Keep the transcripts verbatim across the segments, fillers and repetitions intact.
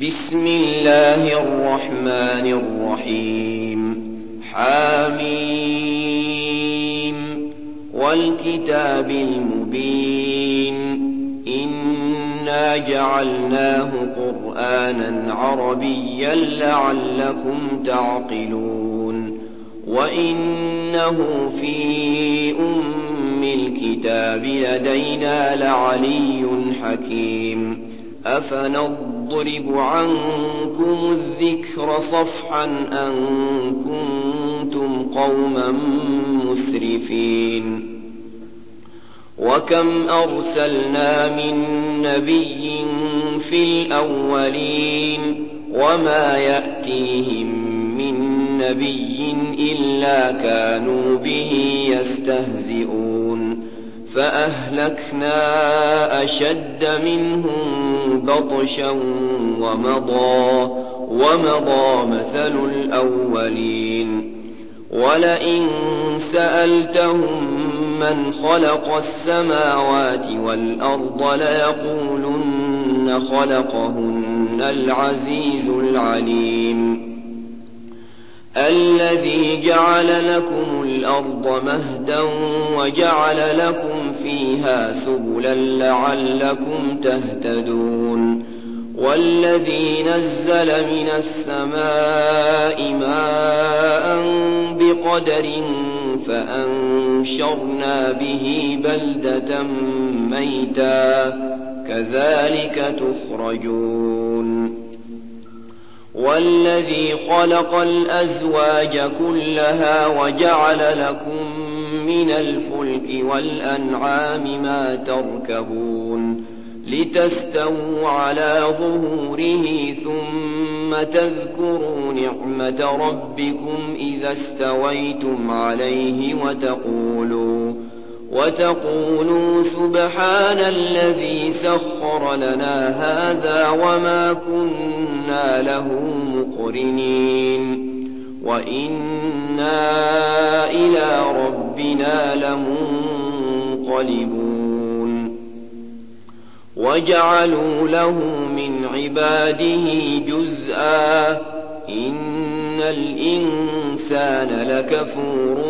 بسم الله الرحمن الرحيم حميم والكتاب المبين إنا جعلناه قرآنا عربيا لعلكم تعقلون وإنه في أم الكتاب لدينا لعلي حكيم أفنضرب عنكم الذكر صفحا أن كنتم قوما مسرفين وكم أرسلنا من نبي في الأولين وما يأتيهم من نبي إلا كانوا به يستهزئون فأهلكنا أشد منهم بطشا ومضى ومضى مثل الأولين ولئن سألتهم من خلق السماوات والأرض ليقولن خلقهن العزيز العليم الذي جعل لكم الأرض مهدا وجعل لكم فيها سبلا لعلكم تهتدون والذي نزل من السماء ماء بقدر فأنشرنا به بلدة ميتا كذلك تخرجون والذي خلق الأزواج كلها وجعل لكم من الفلك والأنعام ما تركبون لتستووا على ظهوره ثم تذكروا نعمة ربكم إذا استويتم عليه وتقولوا وتقولوا سبحان الذي سخر لنا هذا وما كنا له مقرنين وإنا إلى ربنا لمنقلبون وجعلوا له من عباده جزءا إن الإنسان لكفور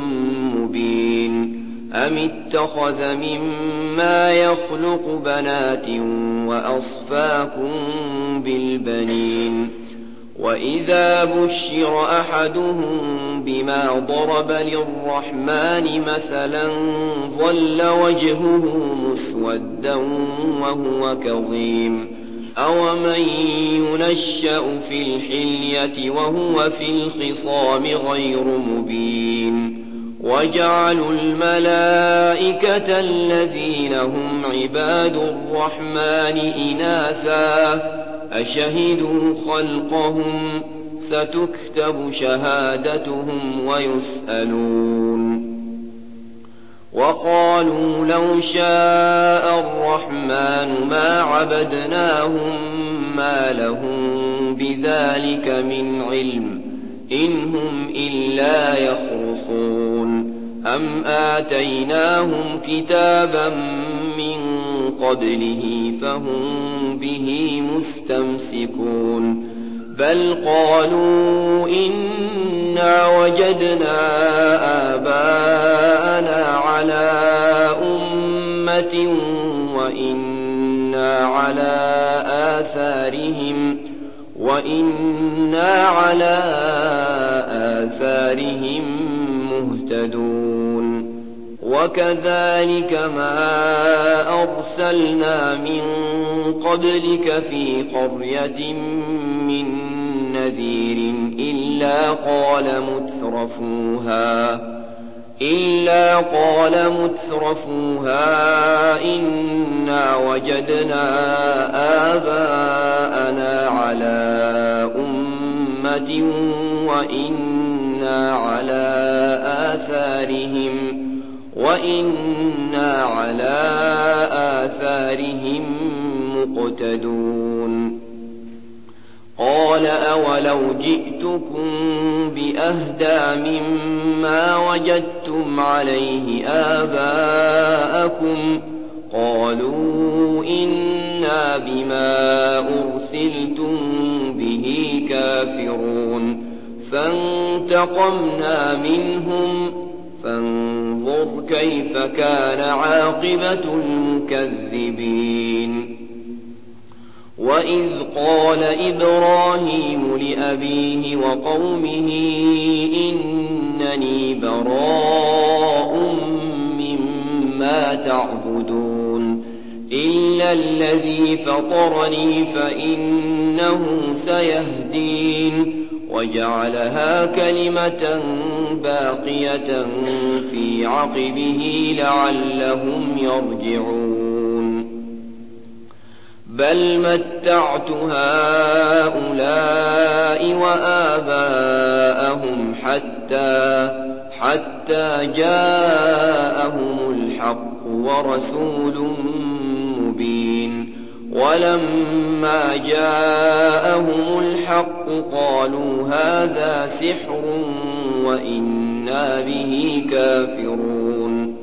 مبين أم اتخذ مما يخلق بنات وأصفاكم بالبنين وإذا بشر أحدهم بما ضرب للرحمن مثلا ظل وجهه مسودا وهو كظيم أومن ينشأ في الحلية وهو في الخصام غير مبين وجعلوا الملائكة الذين هم عباد الرحمن إناثا أشهدوا خلقهم ستكتب شهادتهم ويسألون وقالوا لو شاء الرحمن ما عبدناهم ما لهم بذلك من علم إن هم إلا يخرصون أم آتيناهم كتابا من قبله فهم به مستمسكون بل قالوا إنا وجدنا آباءنا على أمة وإنا على آثارهم وإنا على آثارهم مهتدون وكذلك ما أرسلنا من قبلك في قرية من نذير إلا قال مترفوها إلا قال مترفوها إنا وجدنا آباءنا على أمة وإنا على آثارهم وإنا على آثارهم مقتدون قال أولو جئتكم بأهدى مما وجدتم عليه آباءكم قالوا إنا إِنَّا بِمَا أُرْسِلْتُم بِهِ كَافِرُونَ فَانتَقَمْنَا مِنْهُمْ فَانظُرْ كَيْفَ كَانَ عَاقِبَةُ الْمُكَذِّبِينَ وَإِذْ قَالَ إِبْرَاهِيمُ لِأَبِيهِ وَقَوْمِهِ إِنَّنِي بَرَاءٌ مِّمَّا تَعْبُدُونَ إِلَّا الَّذِي فَطَرَنِي فَإِنَّهُ سَيَهْدِينِ وَجَعَلَهَا كَلِمَةً بَاقِيَةً فِي عَقِبِهِ لَعَلَّهُمْ يَرْجِعُونَ بَلْ مَتَّعْتُ هَٰؤُلَاءِ وَآبَاءَهُمْ حَتَّىٰ حَتَّىٰ جَاءَهُمُ الْحَقُّ وَرَسُولٌ مُّبِينٌ وَلَمَّا جَاءَهُمُ الْحَقُّ قَالُوا هَٰذَا سِحْرٌ وَإِنَّا بِهِ كَافِرُونَ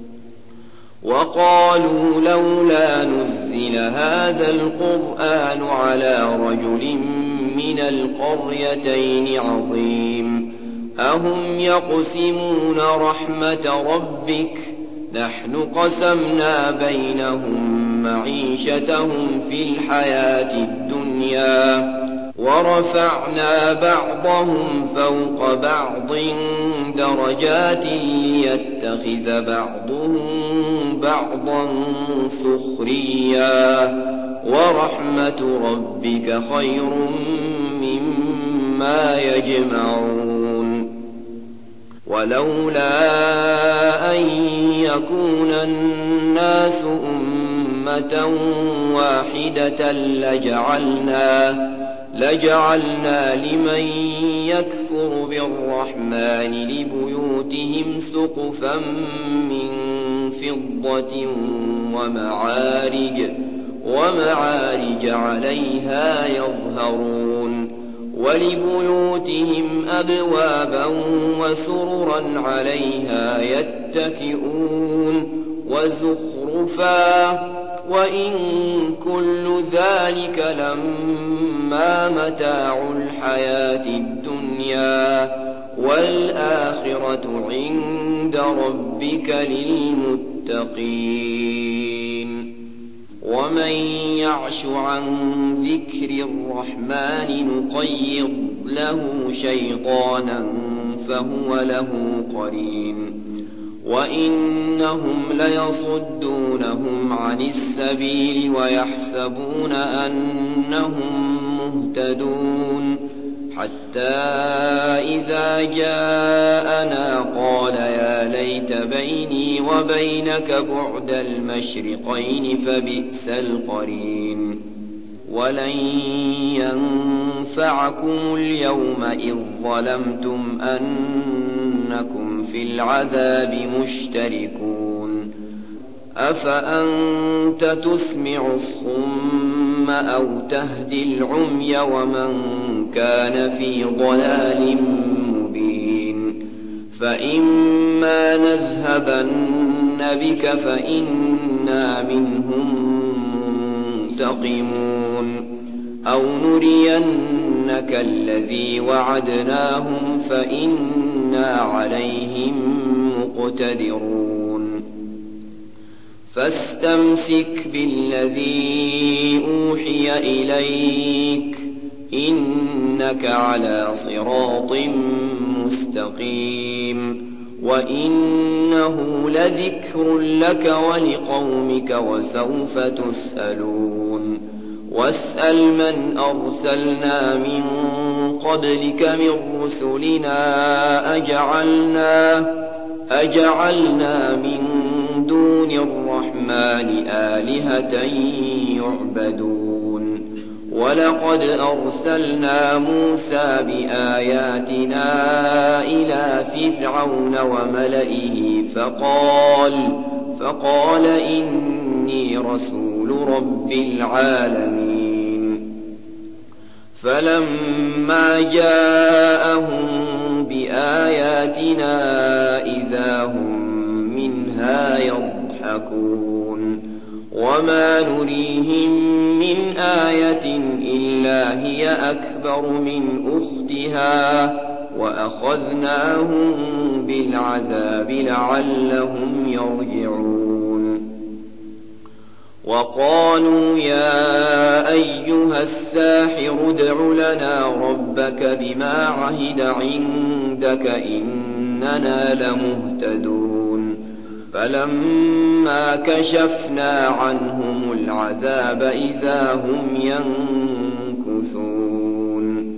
وَقَالُوا لَوْلَا نُزِّلَ هَٰذَا الْقُرْآنُ عَلَىٰ رَجُلٍ مِّنَ الْقَرْيَتَيْنِ عَظِيمٍ أَهُمْ يَقْسِمُونَ رَحْمَةَ رَبِّكَ نَحْنُ قَسَمْنَا بَيْنَهُم مَّعِيشَتَهُمْ فِي الْحَيَاةِ الدُّنْيَا وَرَفَعْنَا بَعْضَهُمْ فَوْقَ بَعْضٍ دَرَجَاتٍ لِّيَتَّخِذَ بَعْضُهُم بَعْضًا سُخْرِيًّا وَرَحْمَةُ رَبِّكَ خَيْرٌ مِّمَّا يَجْمَعُونَ وَلَوْلَا أَن يَكُونَ النَّاسُ أُمَّةً وَاحِدَةً لَّجَعَلْنَا لَجَعَلْنَا لِمَن يَكْفُرُ بِالرَّحْمَٰنِ لِبُيُوتِهِمْ سُقُفًا مِّن فِضَّةٍ وَمَعَارِجَ وَمَعَارِجَ عَلَيْهَا يَظْهَرُونَ وَلِبُيُوتِهِمْ أَبْوَابًا وَسُرُرًا عَلَيْهَا يَتَّكِئُونَ وَزُخْرُفًا وَإِن كُلُّ ذَٰلِكَ لَمَّا مَتَاعُ الْحَيَاةِ الدُّنْيَا وَالْآخِرَةُ عِندَ رَبِّكَ لِلْمُتَّقِينَ وَمَن يَعْشُ عَن ذِكْرِ الرَّحْمَٰنِ نُقَيِّضْ لَهُ شَيْطَانًا فَهُوَ لَهُ قَرِينٌ وَإِنَّهُمْ لَيَصُدُّونَهُمْ عَنِ السَّبِيلِ وَيَحْسَبُونَ أَنَّهُم مُّهْتَدُونَ حَتَّىٰ إِذَا جَاءَنَا قَالَ يَا لَيْتَ بَيْنِي وَبَيْنَكَ بُعْدَ الْمَشْرِقَيْنِ فَبِئْسَ الْقَرِينُ وَلَن يَنفَعَكُمُ الْيَوْمَ إِذ ظَّلَمْتُمْ أَنَّكُمْ فِي الْعَذَابِ مُشْتَرِكُونَ أَفَأَنتَ تُسْمِعُ الصُّمَّ أَوْ تَهْدِي الْعُمْيَ وَمَن كَانَ فِي ضَلَالٍ مُّبِينٍ فَإِمَّا نَذْهَبَنَّ بِكَ فَإِنَّا مِنْهُم مُّنتَقِمُونَ أَوْ نُرِيَنَّكَ الَّذِي وَعَدْنَاهُمْ فَإِنَّا عَلَيْهِم مُّقْتَدِرُونَ فَاسْتَمْسِكْ بِالَّذِي أُوحِيَ إِلَيْكَ إِنَّكَ عَلَىٰ صِرَاطٍ مُّسْتَقِيمٍ وَإِنَّهُ لَذِكْرٌ لَّكَ وَلِقَوْمِكَ وَسَوْفَ تُسْأَلُونَ وَاسْأَلْ مَنْ أَرْسَلْنَا مِن قَبْلِكَ مِن رُّسُلِنَا أَجَعَلْنَا أَجَعَلْنَا مِن دُونِ الرَّحْمَٰنِ آلِهَةً يُعْبَدُونَ وَلَقَدْ أَرْسَلْنَا مُوسَىٰ بِآيَاتِنَا إِلَىٰ فِرْعَوْنَ وَمَلَئِهِ فَقَالَ فَقَالَ إِنِّي رَسُولُ رَبِّ الْعَالَمِينَ فَلَمَّا جَاءَهُم بِآيَاتِنَا إِذَا هُم مِّنْهَا يَضْحَكُونَ وما نريهم من آية إلا هي أكبر من أختها وأخذناهم بالعذاب لعلهم يرجعون وقالوا يا أيها الساحر ادع لنا ربك بما عهد عندك إننا لمهتدون فلما كشفنا عنهم العذاب إذا هم ينكثون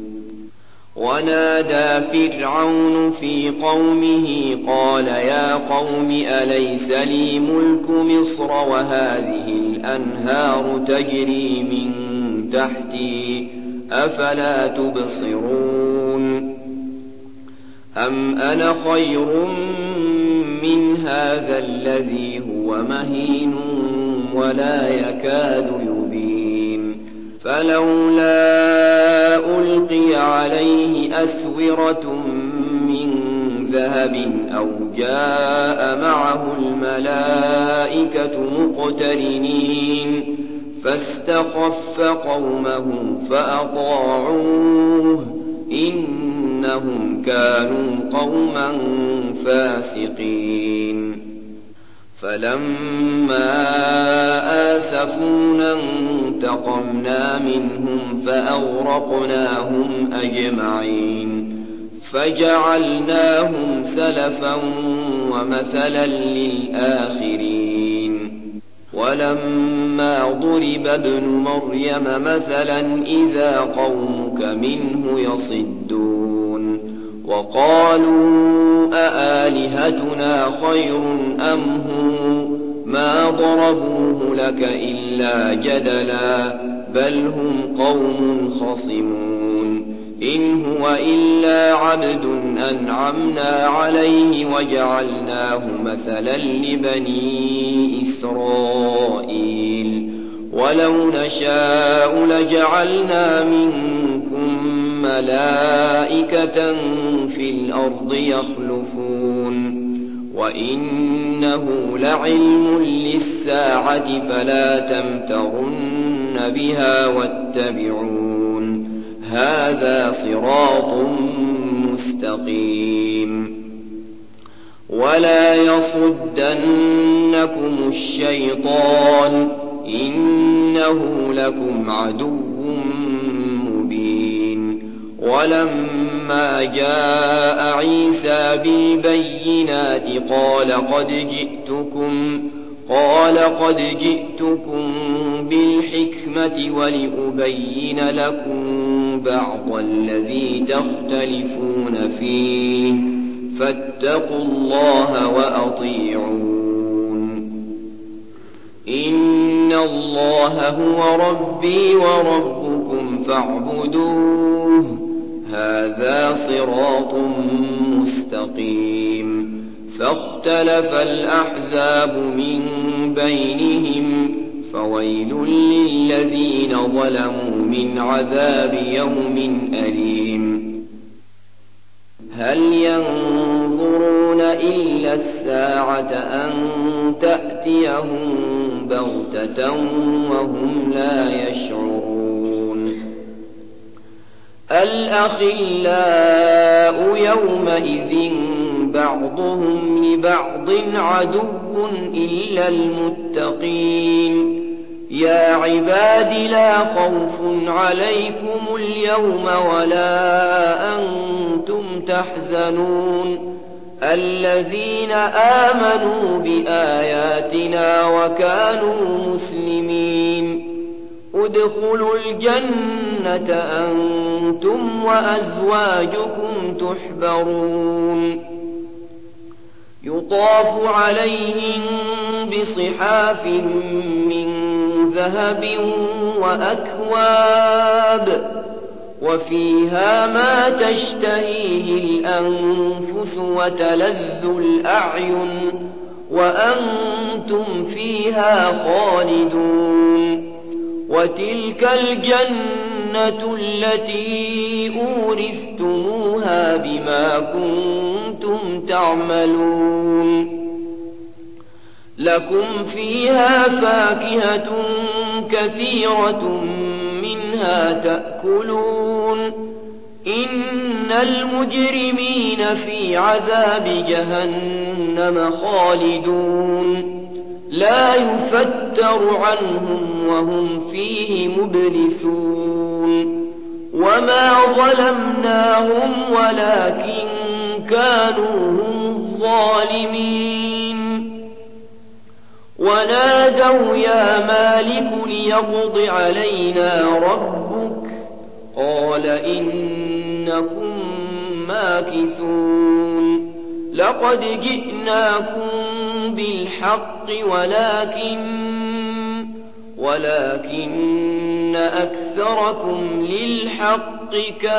ونادى فرعون في قومه قال يا قوم أليس لي ملك مصر وهذه الأنهار تجري من تحتي أفلا تبصرون أم أنا خير من هذا الذي هو مهين ولا يكاد يبين فلولا ألقي عليه أسورة من ذهب أو جاء معه الملائكة مقترنين فاستخف قومه فأطاعوه إنهم كانوا قوما فاسقين فلما آسفونا انتقمنا منهم فأغرقناهم أجمعين فجعلناهم سلفا ومثلا للآخرين ولما ضرب ابن مريم مثلا إذا قومك منه يصدون وقالوا أآلهتنا خير أم هو ما ضربوه لك إلا جدلا بل هم قوم خصمون إن هو إلا عبد أنعمنا عليه وجعلناه مثلا لبني إسرائيل ولو نشاء لجعلنا منكم ملائكة في الأرض يخلفون وإنه لعلم للساعة فلا تمترن بها واتبعون هذا صراط مستقيم ولا يصدنكم الشيطان إنه لكم عدو مبين ولما جاء عيسى بالبينات قال قد جئتكم قال قد جئتكم بالحكمة ولأبين لكم بعض الذي تختلفون فيه فاتقوا الله وأطيعون إن الله هو ربي وربكم فاعبدوه هذا صراط مستقيم فاختلف الأحزاب من بينهم فويل للذين ظلموا من عذاب يوم أليم هل ينظرون إلا الساعة أن تأتيهم بغتة وهم لا يشعرون الأخلاء يومئذ بعضهم لبعض عدو إلا المتقين يا عباد لا خوف عليكم اليوم ولا أنتم تحزنون الذين آمنوا بآياتنا وكانوا مسلمين ادخلوا الجنة أنتم وأزواجكم تحبرون يطاف عليهم بصحاف من ذهب وأكواب وفيها ما تشتهيه الأنفس وتلذ الأعين وأنتم فيها خالدون وتلك الجنة التي أورثتموها بما كنتم تعملون لكم فيها فاكهة كثيرة منها تأكلون إن المجرمين في عذاب جهنم خالدون لا يفتر عنهم وهم فيه مبلسون وما ظلمناهم ولكن كانوا هم الظالمين ونادوا يا مالك ليقض علينا ربك قال إنكم ماكثون لقد جئناكم بالحق ولكن ولكن أكثركم للحق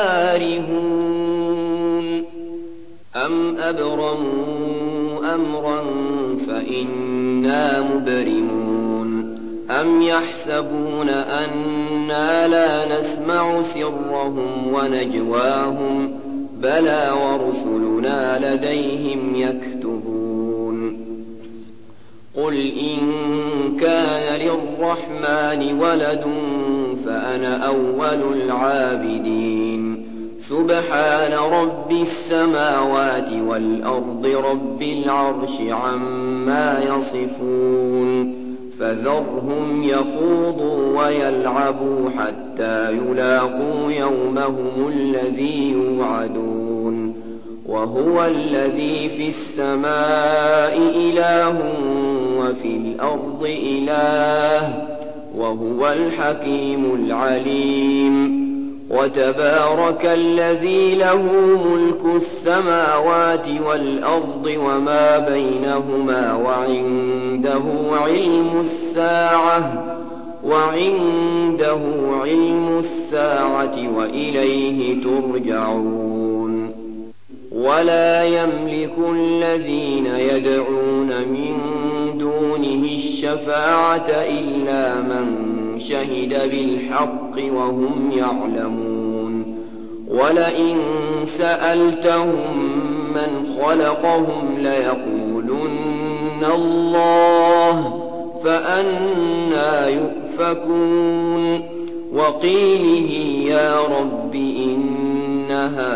كارهون أم أبرموا أمرا فإنا مبرمون أم يحسبون أنا لا نسمع سرهم ونجواهم بلى ورسلنا لديهم يكتبون قل إن كان للرحمن ولد فأنا أول العابدين سبحان رب السماوات والأرض رب العرش عما يصفون فذرهم يخوضوا ويلعبوا حتى يلاقوا يومهم الذي يوعدون وهو الذي في السماء إله وفي الأرض إله وهو الحكيم العليم وتبارك الذي له ملك السماوات والأرض وما بينهما وعنده علم الساعة وعنده علم الساعة وإليه ترجعون ولا يملك الذين يدعون من دونه الشفاعة إلا من شهد بالحق وهم يعلمون ولئن سألتهم من خلقهم ليقولن الله فأنى يؤفكون وقيله يا رب إن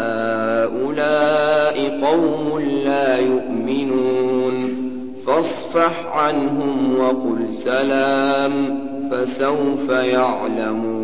هؤلاء قوم لا يؤمنون فاصفح عنهم وقل سلام فسوف يعلمون